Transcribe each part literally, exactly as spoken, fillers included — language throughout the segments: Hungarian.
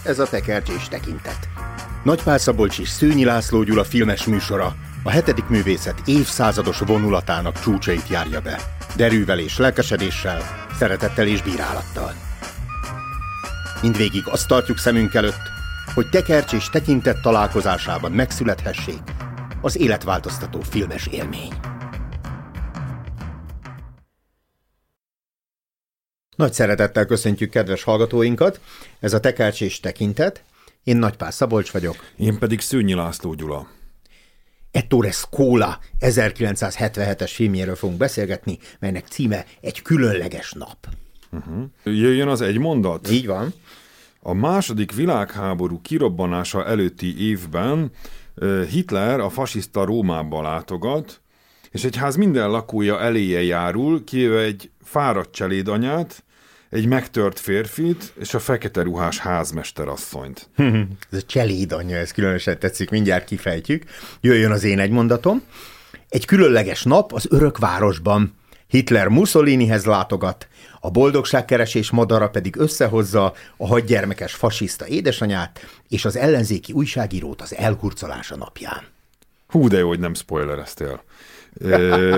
ez a Tekercsés tekintet. Nagy Pál Szabolcs és Szőnyi László Gyula filmes műsora a hetedik művészet évszázados vonulatának csúcsait járja be. Derűvel és lelkesedéssel, szeretettel és bírálattal. Mindvégig azt tartjuk szemünk előtt, hogy Tekercsés tekintet találkozásában megszülethessék az életváltoztató filmes élmény. Nagy szeretettel köszöntjük kedves hallgatóinkat, ez a Tekercsés tekintet. Én Nagy Pál Szabolcs vagyok. Én pedig Szőnyi László Gyula. Ettore Scola ezerkilencszázhetvenhetes filmjéről fogunk beszélgetni, melynek címe Egy különleges nap. Uh-huh. Jöjjön az egy mondat? Így van. A második világháború kirobbanása előtti évben Hitler a fasiszta Rómába látogat, és egy ház minden lakója eléje járul, kivéve egy fáradt cselédanyát, egy megtört férfit és a fekete ruhás házmesterasszonyt. Ez a cselédanyja, ez különösen tetszik, mindjárt kifejtjük. Jöjjön az én egy mondatom. Egy különleges nap az örök városban. Hitler Mussolinihez látogat, a boldogságkeresés madara pedig összehozza a hatgyermekes fasiszta édesanyát és az ellenzéki újságírót az elhurcolása napján. Hú, de jó, hogy nem spoilereztél. E,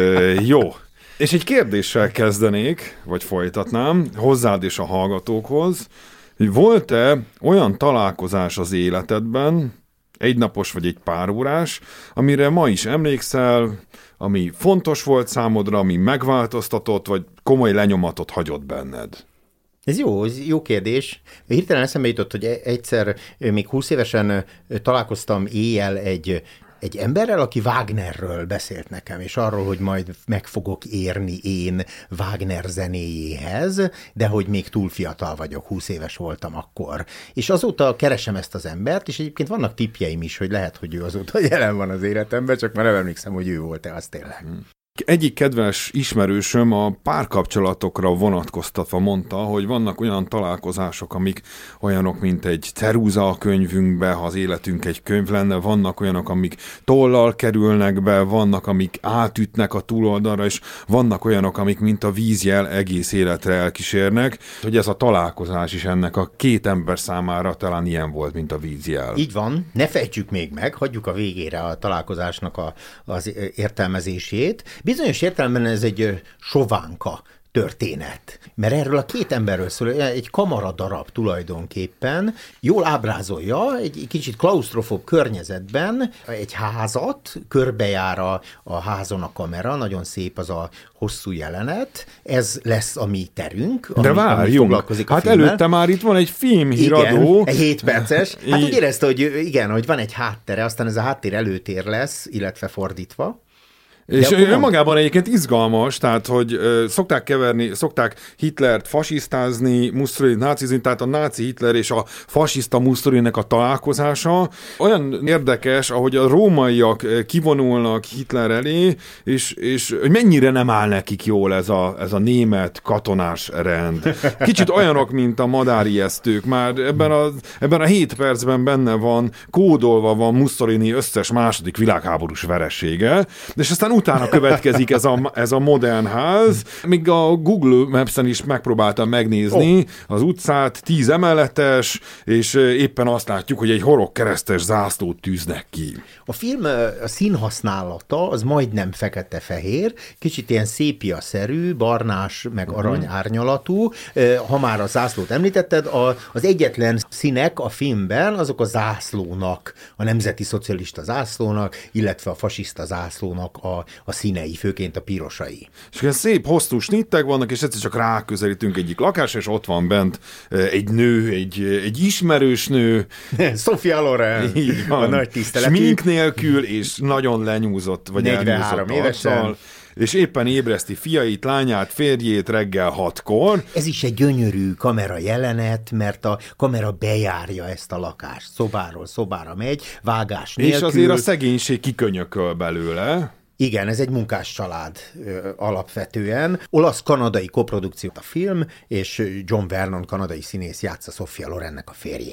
jó. És egy kérdéssel kezdenék, vagy folytatnám, hozzád és a hallgatókhoz, hogy volt-e olyan találkozás az életedben, egynapos vagy egy pár órás, amire ma is emlékszel, ami fontos volt számodra, ami megváltoztatott, vagy komoly lenyomatot hagyott benned? Ez jó, ez jó kérdés. Hirtelen eszembe jutott, hogy egyszer még húsz évesen találkoztam éjjel egy Egy emberrel, aki Wagnerről beszélt nekem, és arról, hogy majd meg fogok érni én Wagner zenéjéhez, de hogy még túl fiatal vagyok, húsz éves voltam akkor. És azóta keresem ezt az embert, és egyébként vannak tippjeim is, hogy lehet, hogy ő azóta jelen van az életemben, csak már nem emlékszem, hogy ő volt-e az tényleg. Egyik kedves ismerősöm a párkapcsolatokra vonatkoztatva mondta, hogy vannak olyan találkozások, amik olyanok, mint egy ceruza a könyvünkbe, ha az életünk egy könyv lenne, vannak olyanok, amik tollal kerülnek be, vannak, amik átütnek a túloldalra, és vannak olyanok, amik mint a vízjel egész életre elkísérnek, hogy ez a találkozás is ennek a két ember számára talán ilyen volt, mint a vízjel. Így van, ne fejtsük még meg, hagyjuk a végére a találkozásnak a, az értelmezését. Bizonyos értelemben ez egy sovánka történet, mert erről a két emberről szól, egy kamaradarab tulajdonképpen, jól ábrázolja egy kicsit klausztrofób környezetben egy házat, körbejár a, a házon a kamera, nagyon szép az a hosszú jelenet, ez lesz a mi terünk. De várjunk, hát filmmel. Előtte már itt van egy filmhíradó. Igen, egy hét perces. Hát úgy érezte, hogy igen, hogy van egy háttere, aztán ez a háttér előtér lesz, illetve fordítva. És önmagában egyébként izgalmas, tehát, hogy ö, szokták keverni, szokták Hitlert fasisztázni, Mussolini nácizni, tehát a náci Hitler és a fasiszta Mussolininek a találkozása olyan érdekes, ahogy a rómaiak kivonulnak Hitler elé, és, és hogy mennyire nem áll nekik jól ez a, ez a német katonás rend. Kicsit olyanok, mint a madárijesztők, már ebben a, ebben a hét percben benne van, kódolva van Mussolini összes második világháborús veresége, és aztán utána következik ez a, ez a modern ház, míg a Google Maps-en is megpróbáltam megnézni oh. az utcát, tíz emeletes, és éppen azt látjuk, hogy egy horogkeresztes zászlót tűznek ki. A film a színhasználata az majdnem fekete-fehér, kicsit ilyen szépia-szerű, barnás, meg arany árnyalatú. Ha már a zászlót említetted, a, az egyetlen színek a filmben azok a zászlónak, a nemzeti szocialista zászlónak, illetve a fasiszta zászlónak a a színei, főként a pirosai. És ilyen szép, hosszú snittek vannak, és egyszer csak ráközelítünk egyik lakásra, és ott van bent egy nő, egy, egy ismerős nő. Sophia Loren. Így van. A nagy tiszteletű. Smink nélkül, és nagyon lenyúzott, vagy negyvenhárom évesen. És éppen ébreszti fiait, lányát, férjét reggel hatkor. Ez is egy gyönyörű kamera jelenet, mert a kamera bejárja ezt a lakást. Szobáról szobára megy, vágás nélkül. És azért a szegénység kikönyököl belőle. Igen, ez egy munkás család ö, alapvetően. Olasz-kanadai koprodukció a film, és John Vernon kanadai színész játsza Sophia Lorennek a férjét.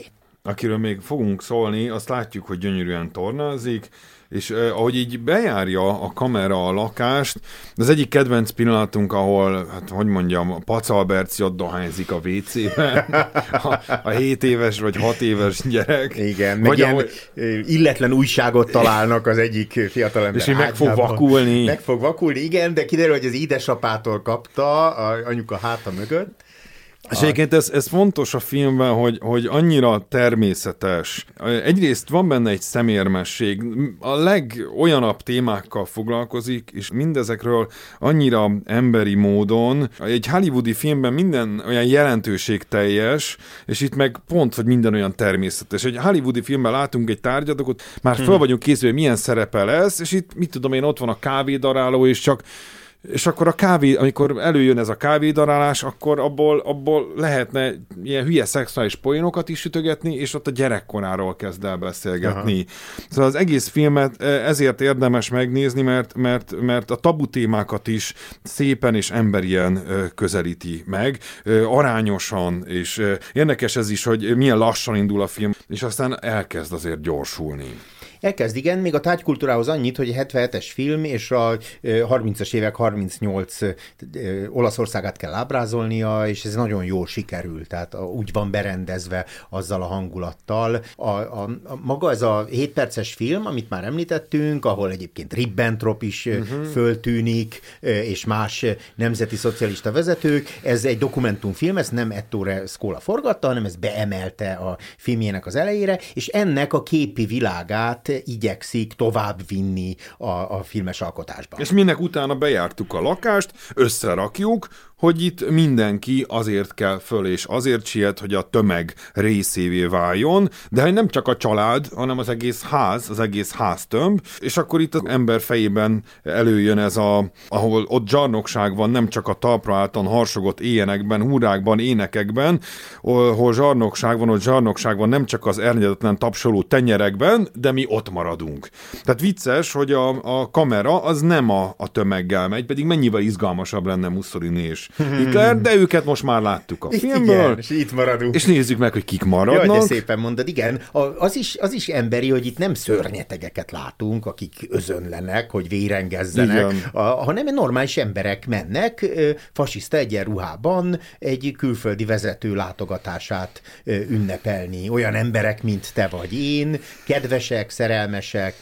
akiről még fogunk szólni, azt látjuk, hogy gyönyörűen tornázik, és eh, ahogy így bejárja a kamera a lakást, az egyik kedvenc pillanatunk, ahol, hát hogy mondjam, Pacalberci ott dohányzik a vé cében, a, a hét éves vagy hat éves gyerek. Igen, meg ilyen ahogy... illetlen újságot találnak az egyik fiatalember. És így meg fog vakulni. Meg fog vakulni, igen, de kiderül, hogy az édesapától kapta a anyuka háta mögött. És egyébként ez, ez fontos a filmben, hogy, hogy annyira természetes. Egyrészt van benne egy szemérmesség, a legolyanabb témákkal foglalkozik, és mindezekről annyira emberi módon. Egy hollywoodi filmben minden olyan jelentőségteljes, és itt meg pont, hogy minden olyan természetes. Egy hollywoodi filmben látunk egy tárgyadagot, már föl vagyunk készülve, milyen szerepe lesz, és itt, mit tudom én, ott van a kávédaráló, és csak És akkor a kávé, amikor előjön ez a kávédarálás, akkor abból, abból lehetne ilyen hülye szexuális poénokat is sütögetni, és ott a gyerekkoráról kezd el beszélgetni. Aha. Szóval az egész filmet ezért érdemes megnézni, mert, mert, mert a tabu témákat is szépen és emberien közelíti meg, arányosan, és érdekes ez is, hogy milyen lassan indul a film, és aztán elkezd azért gyorsulni. Elkezd, igen, még a tárgykultúrához annyit, hogy a hetvenhetes film, és a harmincas évek harmincnyolc Olaszországát kell ábrázolnia, és ez nagyon jól sikerül, tehát úgy van berendezve azzal a hangulattal. A, a, a maga ez a hét perces film, amit már említettünk, ahol egyébként Ribbentrop is uh-huh. föltűnik, és más nemzeti szocialista vezetők, ez egy dokumentumfilm, ezt nem Ettore Scola forgatta, hanem ez beemelte a filmjének az elejére, és ennek a képi világát igyekszik tovább vinni a, a filmes alkotásban. És minek utána bejártuk a lakást, összerakjuk, hogy itt mindenki azért kell föl, és azért siet, hogy a tömeg részévé váljon, de hogy nem csak a család, hanem az egész ház, az egész háztömb, és akkor itt az ember fejében előjön ez a, ahol ott zsarnokság van, nem csak a talpra álltan harsogott éjjenekben, hurrákban, énekekben, ahol zsarnokság van, ott zsarnokság van, nem csak az ernyedetlen tapsoló tenyerekben, de mi ott maradunk. Tehát vicces, hogy a, a kamera az nem a, a tömeggel megy, pedig mennyivel izgalmasabb lenne Mussolini és Hitler, de őket most már láttuk a filmből. Igen, és itt maradunk. És nézzük meg, hogy kik maradnak. Jaj, de szépen mondod, igen. Az is, az is emberi, hogy itt nem szörnyetegeket látunk, akik özönlenek, hogy vérengezzenek, a, hanem normális emberek mennek fasiszta egyenruhában egy külföldi vezető látogatását ünnepelni. Olyan emberek, mint te vagy én, kedvesek, szerelmesek,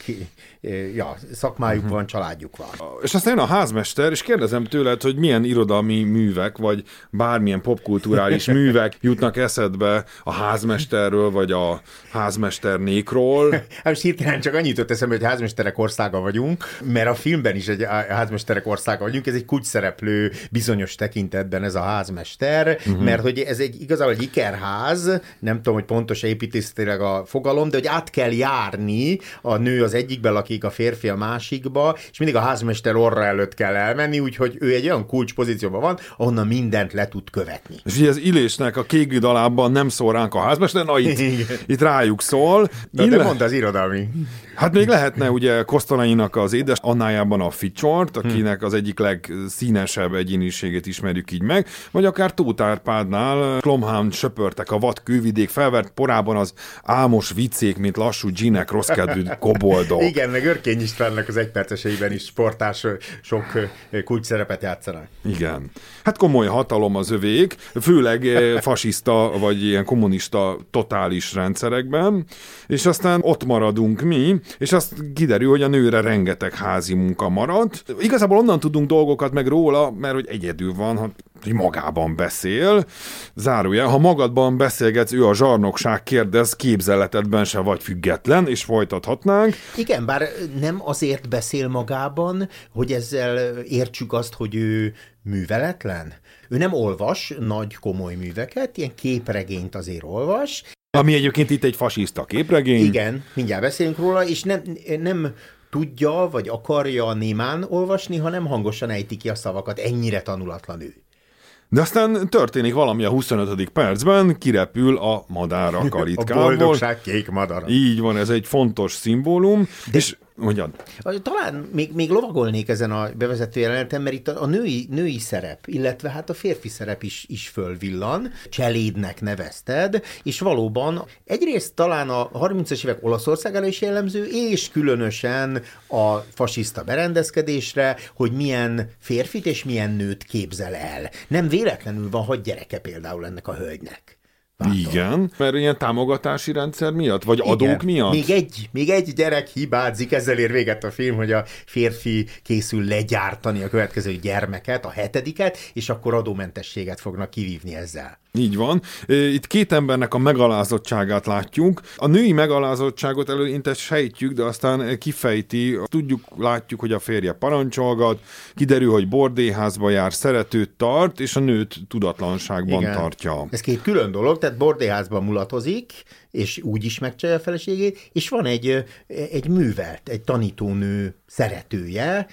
ja, szakmájuk uh-huh. van, családjuk van. És aztán jön a házmester, és kérdezem tőled, hogy milyen irodalmi művek, vagy bármilyen popkulturális művek jutnak eszedbe a házmesterről, vagy a házmesternékról. Hát most hirtelen csak annyit jut eszembe, hogy házmesterek országa vagyunk, mert a filmben is egy házmesterek országa vagyunk, ez egy kulcsszereplő bizonyos tekintetben ez a házmester, uh-huh. mert hogy ez egy igazából egy ikerház, nem tudom, hogy pontos építészetileg a fogalom, de hogy át kell járni, a nő az egyikben lakik, a férfi a másikba, és mindig a házmester orra előtt kell elmenni, úgyhogy ő egy olyan kulcs pozícióban van, ahonnan mindent le tud követni. És ugye az Illésnek a Kék dalában nem szól ránk a házmester, na itt, itt rájuk szól. De, Ille... de mondd az irodalmi. Hát még lehetne ugye Kosztolányinak az édes Annájában a Ficsort, akinek az egyik legszínesebb egyéniségét ismerjük így meg, vagy akár Tóth Árpádnál Klomhán söpörtek a vad kővidék, felvert porában az álmos viccék, mint lassú dzsinek, rosszkedvű koboldok. Igen, meg Örkény Istvánnak az egyperceseiben is sportás sok kulcs szerepet játszanak. Igen. Hát komoly hatalom az övék, főleg fasiszta vagy ilyen kommunista totális rendszerekben, és aztán ott maradunk mi, és azt kiderül, hogy a nőre rengeteg házi munka maradt. Igazából onnan tudunk dolgokat meg róla, mert hogy egyedül van, hogy magában beszél. Zárójel, ha magadban beszélgetsz, ő a zsarnokság kérdez, képzeletedben se vagy független, és folytathatnánk. Igen, bár nem azért beszél magában, hogy ezzel értsük azt, hogy ő műveletlen. Ő nem olvas nagy, komoly műveket, ilyen képregényt azért olvas. Ami egyébként itt egy fasiszta képregény. Igen, mindjárt beszélünk róla, és nem, nem tudja, vagy akarja némán olvasni, hanem hangosan ejti ki a szavakat. Ennyire tanulatlan ő. De aztán történik valami a huszonötödik percben, kirepül a madár a kalitkából. A boldogság kék madara. Így van, ez egy fontos szimbólum. De, és Hogyan? Talán még, még lovagolnék ezen a bevezető jeleneten, mert itt a, a női, női szerep, illetve hát a férfi szerep is, is fölvillan. Cselédnek nevezted, és valóban egyrészt talán a harmincas évek Olaszországára is jellemző, és különösen a fasiszta berendezkedésre, hogy milyen férfit és milyen nőt képzel el. Nem véletlenül van hat gyereke például ennek a hölgynek. Váltom. Igen, mert ilyen támogatási rendszer miatt? Vagy adók Igen. miatt? Még egy, még egy gyerek hibázik, ezzel ér véget a film, hogy a férfi készül legyártani a következő gyermeket, a hetediket, és akkor adómentességet fognak kivívni ezzel. Így van. Itt két embernek a megalázottságát látjuk. A női megalázottságot előinte sejtjük, de aztán kifejti. Tudjuk, látjuk, hogy a férje parancsolgat, kiderül, hogy bordélyházba jár, szeretőt tart, és a nőt tudatlanságban Igen. tartja. Ez két külön dolog, tehát bordélyházban mulatozik, és úgy is megcsalja a feleségét, és van egy, egy művelt, egy tanítónő szeretője,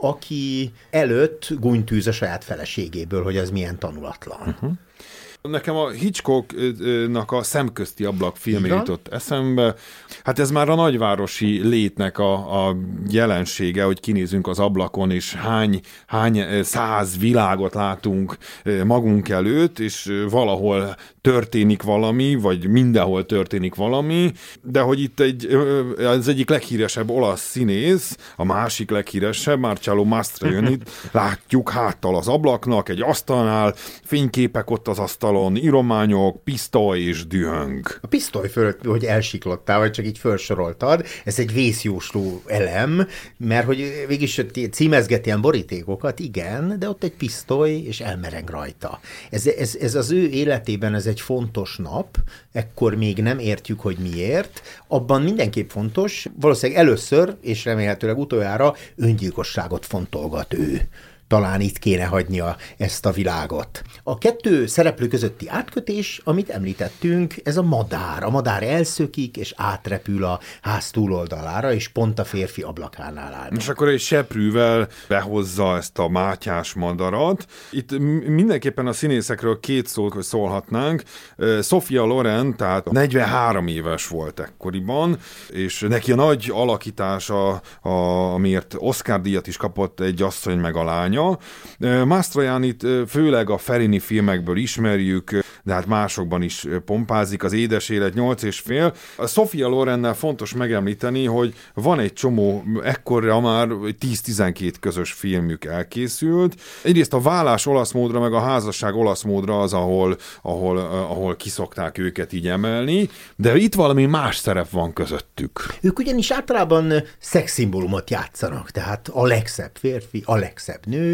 aki előtt gúnytűz a saját feleségéből, hogy az milyen tanulatlan. Uh-huh. Nekem a Hitchcocknak a Szemközti ablak filmje jutott eszembe. Hát ez már a nagyvárosi létnek a, a jelensége, hogy kinézünk az ablakon, és hány, hány száz világot látunk magunk előtt, és valahol történik valami, vagy mindenhol történik valami, de hogy itt egy, az egyik leghíresebb olasz színész, a másik leghíresebb, Marcello Mastroiannit látjuk háttal az ablaknak, egy asztalnál, fényképek ott az asztalon, írományok, pisztoly és dühöng. A pisztoly fölött, hogy elsiklottál, vagy csak így felsoroltad, ez egy vészjósló elem, mert hogy végülis címezget ilyen borítékokat, igen, de ott egy pisztoly, és elmereng rajta. Ez, ez, ez az ő életében ez egy fontos nap, ekkor még nem értjük, hogy miért. Abban mindenképp fontos, valószínűleg először, és remélhetőleg utoljára öngyilkosságot fontolgat ő. Talán itt kéne hagynia ezt a világot. A kettő szereplő közötti átkötés, amit említettünk, ez a madár. A madár elszökik, és átrepül a ház túloldalára, és pont a férfi ablakánál áll. És akkor egy seprűvel behozza ezt a mátyás madarat. Itt mindenképpen a színészekről két szót szólhatnánk. Sophia Loren, tehát negyvenhárom éves volt ekkoriban, és neki a nagy alakítása, a, amiért Oscar-díjat is kapott, Egy asszony meg a lánya. Mastroiannit főleg a Fellini filmekből ismerjük, de hát másokban is pompázik, az Édes élet, Nyolc és fél. A Sophia Lorennel fontos megemlíteni, hogy van egy csomó, ekkorra már tíz-tizenkét közös filmük elkészült. Egyrészt a vállás olasz módra, meg a házasság olasz módra az, ahol, ahol, ahol kiszokták őket így emelni, de itt valami más szerep van közöttük. Ők ugyanis általában szexszimbólumot játszanak, tehát a legszebb férfi, a legszebb nő,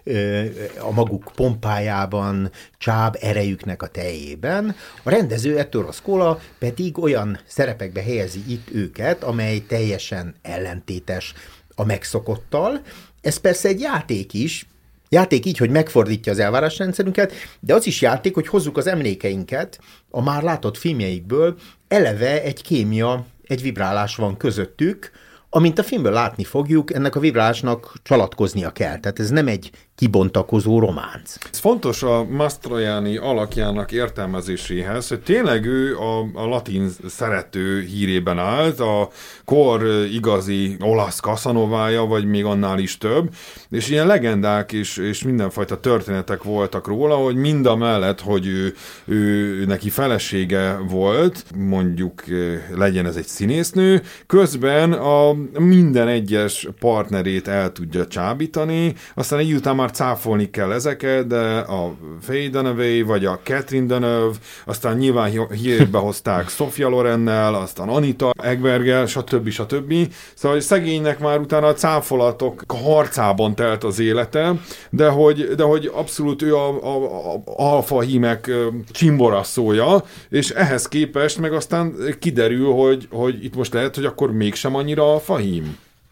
a maguk pompájában, csáb erejüknek a teljében. A rendező Ettore Scola pedig olyan szerepekbe helyezi itt őket, amely teljesen ellentétes a megszokottal. Ez persze egy játék is, játék így, hogy megfordítja az elvárásrendszerünket, de az is játék, hogy hozzuk az emlékeinket a már látott filmjeikből, eleve egy kémia, egy vibrálás van közöttük, amint a filmből látni fogjuk, ennek a vibrálásnak csalatkoznia kell. Tehát ez nem egy kibontakozó románc. Ez fontos a Mastroianni alakjának értelmezéséhez, hogy tényleg ő a, a latin szerető hírében állt, a kor igazi olasz Casanovája, vagy még annál is több, és ilyen legendák és, és mindenfajta történetek voltak róla, hogy mind a mellett, hogy ő, ő neki felesége volt, mondjuk legyen ez egy színésznő, közben a minden egyes partnerét el tudja csábítani, aztán egy után már cáfolni kell ezeket, de a Faye Dunaway, vagy a Catherine Deneuve, aztán nyilván hírbe hozták Sophia Lorennel, aztán Anita Ekberggel, stb. stb. Szóval szegénynek már utána a cáfolatok harcában telt az élete, de hogy, de hogy abszolút ő a, a, a alfa hímek csimboraszója, és ehhez képest meg aztán kiderül, hogy, hogy itt most lehet, hogy akkor mégsem annyira alfa hím.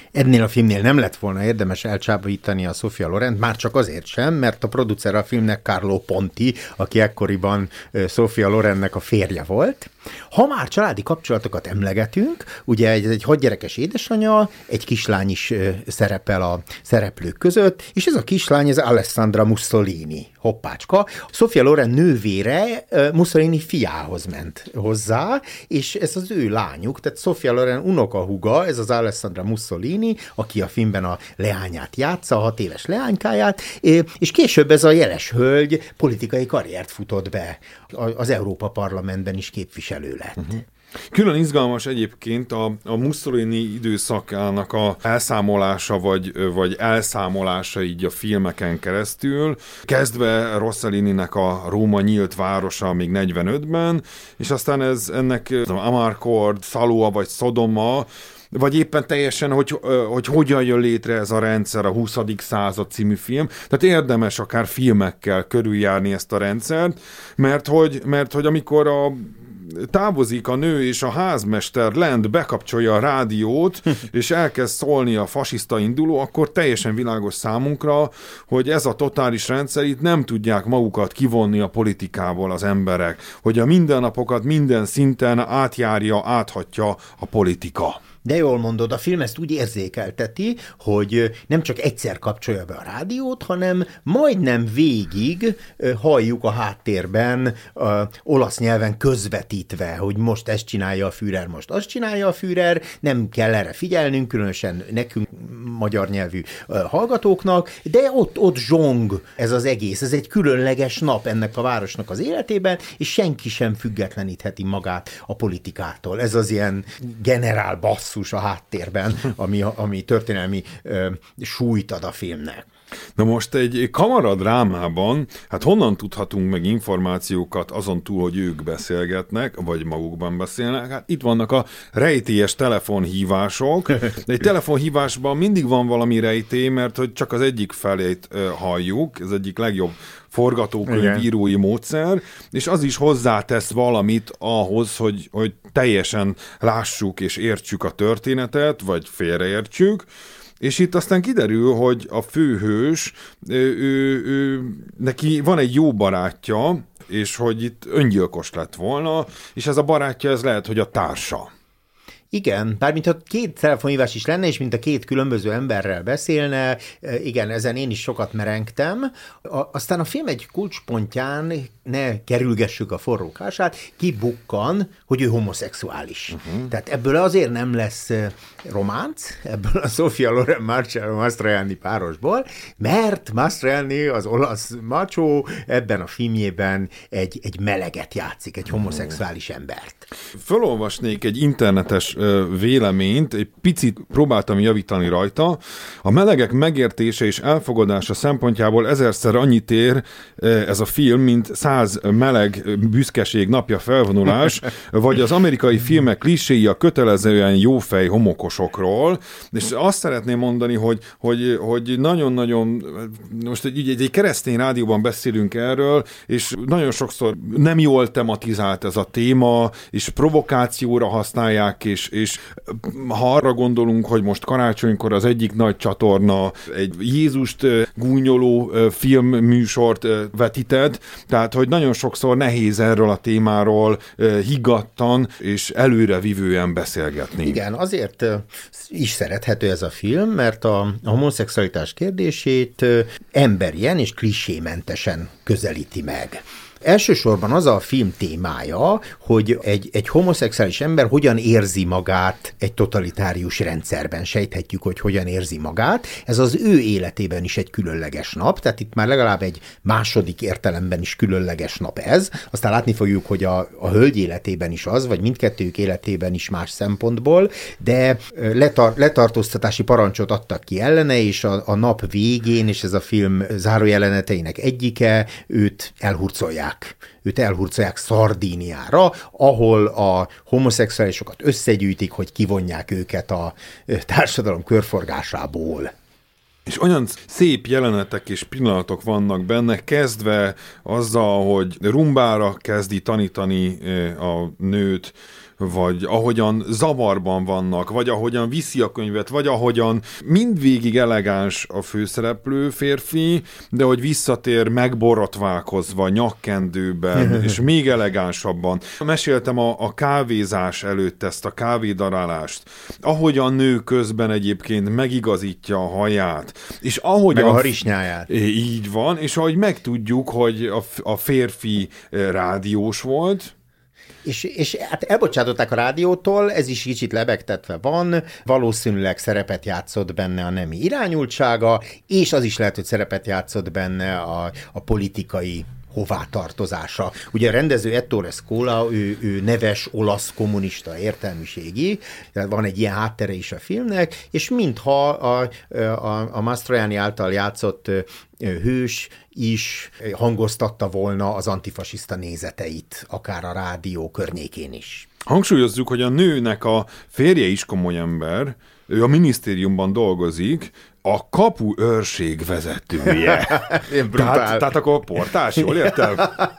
Ennél a filmnél nem lett volna érdemes elcsábítani a Sofia Lorent, már csak azért sem, mert a producer a filmnek Carlo Ponti, aki ekkoriban Sofia Lorennek a férje volt. Ha már családi kapcsolatokat emlegetünk, ugye egy, egy hatgyerekes édesanyja, egy kislány is szerepel a szereplők között, és ez a kislány, ez Alessandra Mussolini, hoppácska. Sofia Loren nővére Mussolini fiához ment hozzá, és ez az ő lányuk, tehát Sofia Loren unokahúga, ez az Alessandra Mussolini, aki a filmben a leányát játsza, a hat éves leánykáját, és később ez a jeles hölgy politikai karriert futott be. Az Európa Parlamentben is képviselő lett. Uh-huh. Külön izgalmas egyébként a, a Mussolini időszakának a elszámolása, vagy, vagy elszámolása így a filmeken keresztül, kezdve Rossellininek a Róma nyílt városa még negyvenötben, és aztán ez ennek Amarcord, Szalóa vagy Szodoma, vagy éppen teljesen, hogy, hogy hogyan jön létre ez a rendszer, a huszadik század című film. Tehát érdemes akár filmekkel körüljárni ezt a rendszert, mert hogy, mert hogy amikor a távozik a nő, és a házmester lent bekapcsolja a rádiót, és elkezd szólni a fasiszta induló, akkor teljesen világos számunkra, hogy ez a totális rendszer itt nem tudják magukat kivonni a politikából az emberek, hogy a mindennapokat minden szinten átjárja, áthatja a politika. De jól mondod, a film ezt úgy érzékelteti, hogy nem csak egyszer kapcsolja be a rádiót, hanem majdnem végig halljuk a háttérben, a olasz nyelven közvetítve, hogy most ezt csinálja a Führer, most azt csinálja a Führer, nem kell erre figyelnünk, különösen nekünk magyar nyelvű hallgatóknak, de ott, ott zsong ez az egész, ez egy különleges nap ennek a városnak az életében, és senki sem függetlenítheti magát a politikától. Ez az ilyen generál bassz a háttérben, ami, ami történelmi ö, súlyt ad a filmnek. Na most egy kamaradrámában, hát honnan tudhatunk meg információkat azon túl, hogy ők beszélgetnek, vagy magukban beszélnek? Hát itt vannak a rejtélyes telefonhívások. De egy telefonhívásban mindig van valami rejtély, mert hogy csak az egyik felét ö, halljuk, ez egyik legjobb forgatókönyvírói módszer, és az is hozzátesz valamit ahhoz, hogy, hogy teljesen lássuk és értsük a történetet, vagy félreértsük, és itt aztán kiderül, hogy a főhős, ő, ő, ő, neki van egy jó barátja, és hogy itt öngyilkos lett volna, és ez a barátja, ez lehet, hogy a társa. Igen, bármint ha két telefonhívás is lenne, és mint a két különböző emberrel beszélne, igen, ezen én is sokat merengtem. A, aztán a film egy kulcspontján, ne kerülgessük a forrókását, kibukkan, hogy ő homoszexuális. Uh-huh. Tehát ebből azért nem lesz románc, ebből a Sofia Loren Marcello Mastroianni párosból, mert Mastroianni, az olasz macsó, ebben a filmjében egy, egy meleget játszik, egy homoszexuális embert. Fölolvasnék egy internetes véleményt, egy picit próbáltam javítani rajta. A melegek megértése és elfogadása szempontjából ezerszer annyit ér ez a film, mint száz meleg büszkeség napja felvonulás, vagy az amerikai filmek kliséi a kötelezően jófej homokosokról. És azt szeretném mondani, hogy, hogy, hogy nagyon-nagyon, most egy, egy, egy keresztény rádióban beszélünk erről, és nagyon sokszor nem jól tematizált ez a téma, és provokációra használják, és, és ha arra gondolunk, hogy most karácsonykor az egyik nagy csatorna egy Jézust gúnyoló filmműsort vetített, tehát, hogy nagyon sokszor nehéz erről a témáról higgadtan és előrevivően beszélgetni. Igen, azért is szerethető ez a film, mert a, a homoszexualitás kérdését emberien és klisémentesen közelíti meg. Elsősorban az a film témája, hogy egy, egy homoszexuális ember hogyan érzi magát egy totalitárius rendszerben. Sejthetjük, hogy hogyan érzi magát. Ez az ő életében is egy különleges nap, tehát itt már legalább egy második értelemben is különleges nap ez. Aztán látni fogjuk, hogy a, a hölgy életében is az, vagy mindkettőjük életében is más szempontból, de letar, letartóztatási parancsot adtak ki ellene, és a, a nap végén, és ez a film zárójeleneteinek egyike, őt elhurcolják. Őt elhurcolják Szardíniára, ahol a homoszexuálisokat összegyűjtik, hogy kivonják őket a társadalom körforgásából. És olyan szép jelenetek és pillanatok vannak benne, kezdve azzal, hogy rumbára kezdi tanítani a nőt, vagy ahogyan zavarban vannak, vagy ahogyan viszi a könyvet, vagy ahogyan mindvégig elegáns a főszereplő férfi, de hogy visszatér megborotválkozva, nyakkendőben, és még elegánsabban. Meséltem a, a kávézás előtt ezt a kávédarálást, ahogy a nő közben egyébként megigazítja a haját, és ahogy meg a, a harisnyáját. Így van, és ahogy megtudjuk, hogy a, a férfi rádiós volt, És, és hát elbocsátották a rádiótól, ez is kicsit lebegtetve van, valószínűleg szerepet játszott benne a nemi irányultsága, és az is lehet, hogy szerepet játszott benne a, a politikai hovatartozása. Ugye a rendező Ettore Scola, ő, ő neves olasz kommunista értelmiségi, tehát van egy ilyen háttere is a filmnek, és mintha a, a, a Mastroianni által játszott hős is hangoztatta volna az antifasiszta nézeteit, akár a rádió környékén is. Hangsúlyozzuk, hogy a nőnek a férje is komoly ember, ő a minisztériumban dolgozik, a kapu őrség vezetője. tehát, tehát akkor portás, jól értem?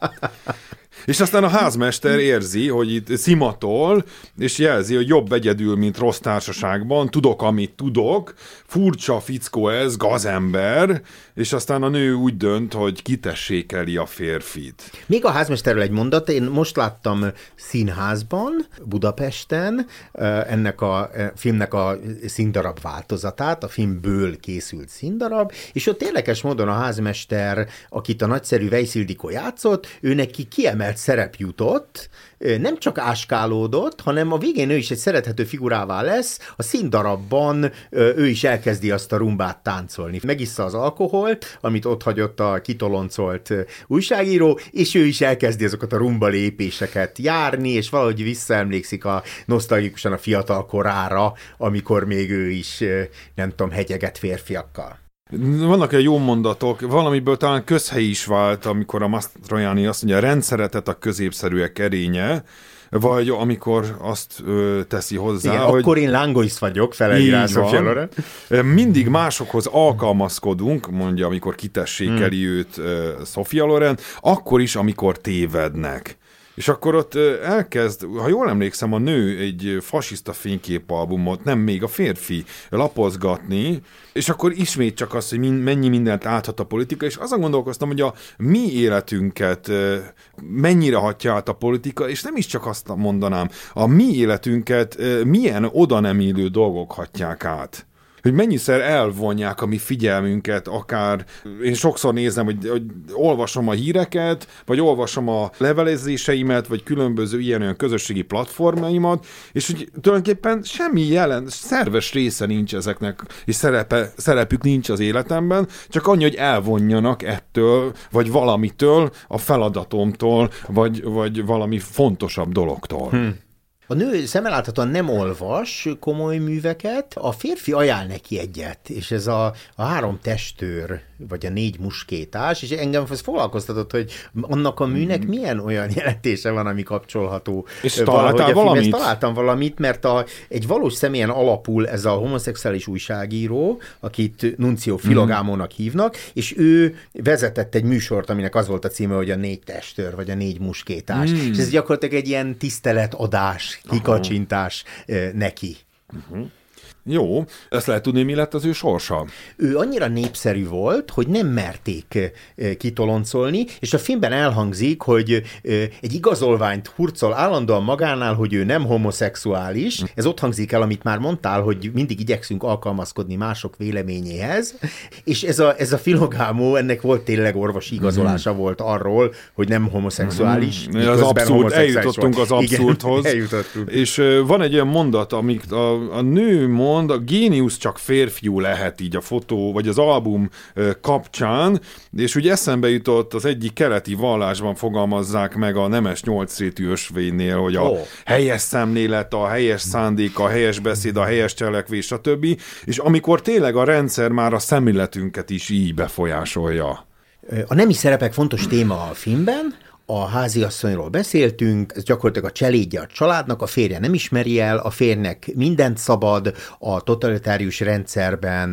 És aztán a házmester érzi, hogy itt szimatol, és jelzi, hogy jobb egyedül, mint rossz társaságban, tudok, amit tudok, furcsa fickó ez, gazember, és aztán a nő úgy dönt, hogy kitessékeli a férfit. Még a házmesterről egy mondat, én most láttam színházban, Budapesten, ennek a filmnek a színdarab változatát, a filmből készült színdarab, és ott érdekes módon a házmester, akit a nagyszerű Weisz Ildikó játszott, ő neki kiemelt szerep jutott, nem csak áskálódott, hanem a végén ő is egy szerethető figurává lesz, a színdarabban ő is elkezdi azt a rumbát táncolni. Megissza az alkoholt, amit ott hagyott a kitoloncolt újságíró, és ő is elkezdi azokat a rumba lépéseket járni, és valahogy visszaemlékszik a nosztalgikusan a fiatal korára, amikor még ő is, nem tudom, hegyeget férfiakkal. Vannak egy jó mondatok, valamiből talán közhely is vált, amikor a Mastroianni azt mondja, rendszeretet a középszerűek erénye, vagy amikor azt ö, teszi hozzá, igen, hogy... akkor én lángoisz vagyok, feleli rá Sofia Loren. Mindig másokhoz alkalmazkodunk, mondja, amikor kitessékeli hmm. őt uh, Sofia Loren, akkor is, amikor tévednek. És akkor ott elkezd, ha jól emlékszem, a nő egy fasiszta fényképalbumot, nem még a férfi lapozgatni, és akkor ismét csak az, hogy mennyi mindent áthat a politika, és azon gondolkoztam, hogy a mi életünket mennyire hatja át a politika, és nem is csak azt mondanám, a mi életünket milyen oda nem illő dolgok hatják át. Hogy mennyiszer elvonják a mi figyelmünket, akár én sokszor nézem, hogy, hogy olvasom a híreket, vagy olvasom a levelezéseimet, vagy különböző ilyen-olyan közösségi platformjaimat, és hogy tulajdonképpen semmi jelen, szerves része nincs ezeknek, és szerepe, szerepük nincs az életemben, csak annyi, hogy elvonjanak ettől, vagy valamitől, a feladatomtól, vagy, vagy valami fontosabb dologtól. Hm. A nő szemmeláthatóan nem olvas komoly műveket, a férfi ajánl neki egyet, és ez a, a három testőr, vagy a négy muskétás, és engem ez foglalkoztatott, hogy annak a műnek milyen olyan jelentése van, ami kapcsolható. És találtál valamit? Találtam valamit, mert a, egy valós személyen alapul ez a homoszexuális újságíró, akit Nuncio Filogámónak hívnak, és ő vezetett egy műsort, aminek az volt a címe, hogy a négy testőr, vagy a négy muskétás. Mm. És ez gyakorlatilag egy ilyen tiszteletadás, kikacsintás uh-huh. neki. Uh-huh. Jó, ezt lehet tudni, mi lett az ő sorsa? Ő annyira népszerű volt, hogy nem merték kitoloncolni, és a filmben elhangzik, hogy egy igazolványt hurcol állandóan magánál, hogy ő nem homoszexuális. Ez ott hangzik el, amit már mondtál, hogy mindig igyekszünk alkalmazkodni mások véleményéhez, és ez a, ez a Filogámó, ennek volt tényleg orvosi igazolása mm-hmm. volt arról, hogy nem homoszexuális. Mm-hmm. Az abszurd, eljutottunk volt. Az abszurdhoz. Igen, eljutottunk. És uh, van egy olyan mondat, amit a, a nő mond, a géniusz csak férfiú lehet így a fotó, vagy az album kapcsán, és úgy eszembe jutott, az egyik keleti vallásban fogalmazzák meg a nemes nyolcrétű ösvénynél, hogy a oh. helyes szemlélet, a helyes szándék, a helyes beszéd, a helyes cselekvés, stb. És amikor tényleg a rendszer már a szemléletünket is így befolyásolja. A nemi szerepek fontos téma a filmben. A háziasszonyról beszéltünk, ez gyakorlatilag a cselédje a családnak, a férje nem ismeri el, a férjnek mindent szabad, a totalitárius rendszerben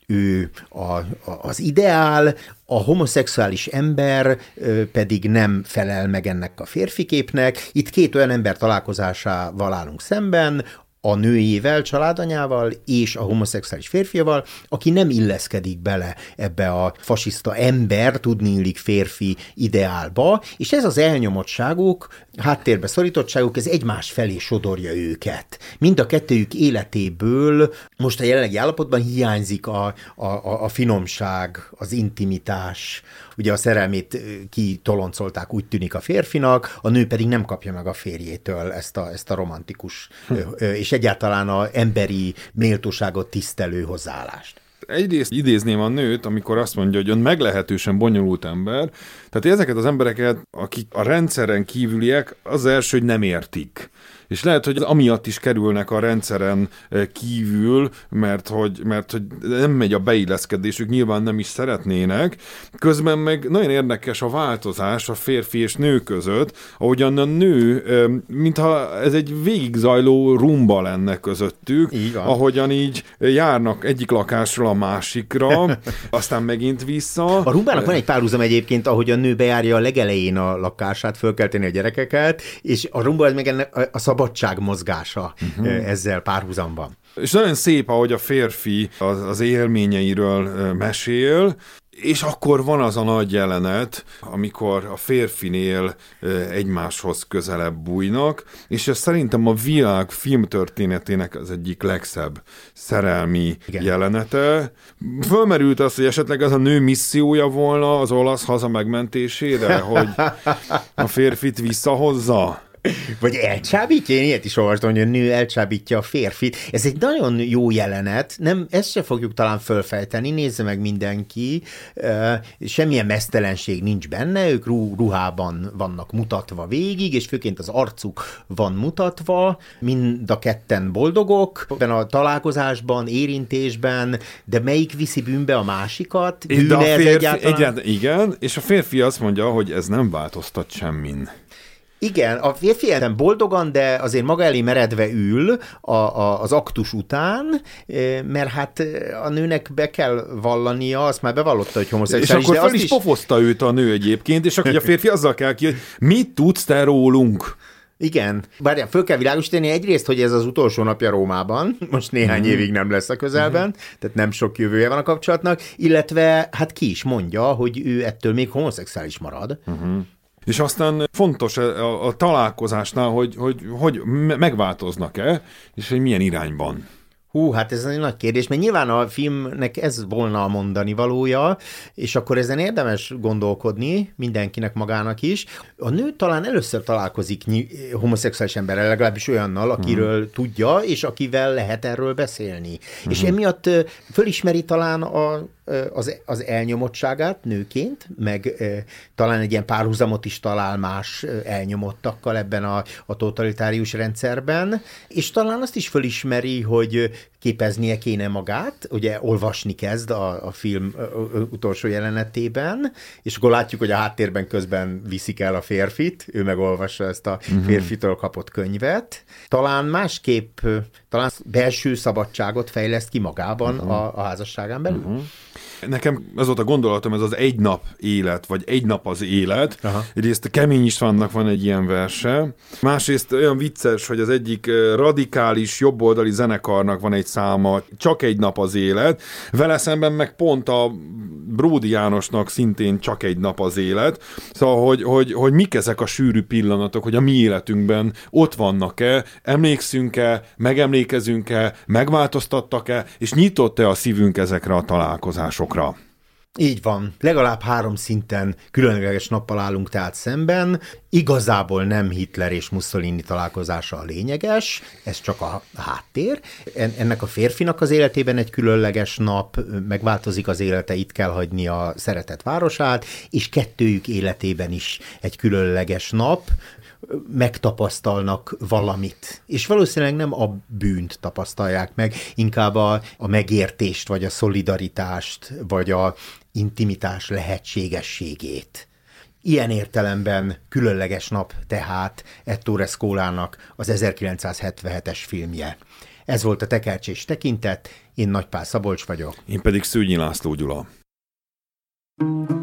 ő a, a, az ideál, a homoszexuális ember pedig nem felel meg ennek a férfiképnek. Itt két olyan ember találkozásával állunk szemben, a nőjével, családanyával és a homoszexuális férfival, aki nem illeszkedik bele ebbe a fasiszta ember, tudniillik férfi ideálba, és ez az elnyomottságuk, háttérbe szorítottságuk, ez egymás felé sodorja őket. Mind a kettőjük életéből most a jelenlegi állapotban hiányzik a, a, a finomság, az intimitás. Ugye a szerelmét kitoloncolták, úgy tűnik a férfinak, a nő pedig nem kapja meg a férjétől ezt a, ezt a romantikus és egyáltalán a emberi méltóságot tisztelő hozzáállást. Egyrészt idézném a nőt, amikor azt mondja, hogy ön meglehetősen bonyolult ember, tehát ezeket az embereket, akik a rendszeren kívüliek, az első, hogy nem értik. És lehet, hogy amiatt is kerülnek a rendszeren kívül, mert hogy, mert hogy nem megy a beilleszkedésük, nyilván nem is szeretnének. Közben meg nagyon érdekes a változás a férfi és nő között, ahogyan a nő, mintha ez egy végigzajló rumba lenne közöttük, így ahogyan így járnak egyik lakásról a másikra, aztán megint vissza. A rumbának van egy párhuzam egyébként, ahogy a nő bejárja a legelején a lakását, föl kell tenni a gyerekeket, és a rumba ez meg ennek a szabadság mozgása uh-huh. ezzel párhuzamban. És nagyon szép, ahogy a férfi az, az élményeiről mesél, és akkor van az a nagy jelenet, amikor a férfinél egymáshoz közelebb bújnak, és ez szerintem a világ filmtörténetének az egyik legszebb szerelmi Igen. jelenete. Fölmerült az, hogy esetleg ez a nő missziója volna az olasz haza megmentésére, hogy a férfit visszahozza. Vagy elcsábítja, én ilyet is olvastam, hogy a nő elcsábítja a férfit. Ez egy nagyon jó jelenet, nem, ezt se fogjuk talán fölfejteni, nézze meg mindenki, semmilyen meztelenség nincs benne, ők ruhában vannak mutatva végig, és főként az arcuk van mutatva, mind a ketten boldogok, ebben a találkozásban, érintésben, de melyik viszi bűnbe a másikat? De a férfi, egyáltalán? Egyáltalán? Igen, és a férfi azt mondja, hogy ez nem változtat semmin. Igen, a férfi nem boldogan, de azért maga elé meredve ül a, a, az aktus után, mert hát a nőnek be kell vallania, azt már bevallotta, hogy homoszexuális. És akkor fel is, is pofozta őt a nő egyébként, és akkor a férfi azzal kell ki, hogy mit tudsz te rólunk? Igen. Bár föl kell világosítani egyrészt, hogy ez az utolsó napja Rómában, most néhány mm. évig nem lesz a közelben, mm. tehát nem sok jövője van a kapcsolatnak, illetve hát ki is mondja, hogy ő ettől még homoszexuális marad. Mm. És aztán fontos a, a találkozásnál, hogy, hogy, hogy megváltoznak-e, és hogy milyen irányban. Hú, hát ez egy nagy kérdés, mert nyilván a filmnek ez volna a mondani valója, és akkor ezen érdemes gondolkodni mindenkinek magának is. A nő talán először találkozik homoszexuális emberrel, legalábbis olyannal, akiről uh-huh. tudja, és akivel lehet erről beszélni. Uh-huh. És emiatt fölismeri talán a Az, az elnyomottságát nőként, meg e, talán egy ilyen párhuzamot is talál más elnyomottakkal ebben a, a totalitárius rendszerben, és talán azt is fölismeri, hogy képeznie kéne magát, ugye olvasni kezd a, a film utolsó jelenetében, és akkor látjuk, hogy a háttérben közben viszik el a férfit, ő megolvassa ezt a férfitől kapott könyvet. Talán másképp, talán belső szabadságot fejleszt ki magában uh-huh. a, a házasságán belül. Uh-huh. Nekem az volt a gondolatom, ez az egy nap élet, vagy egy nap az élet. Aha. Egyrészt Kemény Istvánnak van egy ilyen verse. Másrészt olyan vicces, hogy az egyik radikális jobboldali zenekarnak van egy száma, csak egy nap az élet. Vele szemben meg pont a Bródi Jánosnak szintén csak egy nap az élet. Szóval, hogy, hogy, hogy mik ezek a sűrű pillanatok, hogy a mi életünkben ott vannak-e, emlékszünk-e, megemlékezünk-e, megváltoztattak-e, és nyitott-e a szívünk ezekre a találkozásokra. Így van. Legalább három szinten különleges nappal állunk tehát szemben. Igazából nem Hitler és Mussolini találkozása a lényeges, ez csak a háttér. Ennek a férfinak az életében egy különleges nap, megváltozik az élete, itt kell hagyni a szeretett városát, és kettőjük életében is egy különleges nap, megtapasztalnak valamit. És valószínűleg nem a bűnt tapasztalják meg, inkább a, a megértést, vagy a szolidaritást, vagy a intimitás lehetségességét. Ilyen értelemben különleges nap tehát Ettore Scolának az ezerkilencszázhetvenhetes filmje. Ez volt a Tekercs és Tekintet, én Nagypál Szabolcs vagyok. Én pedig Szőnyi László Gyula.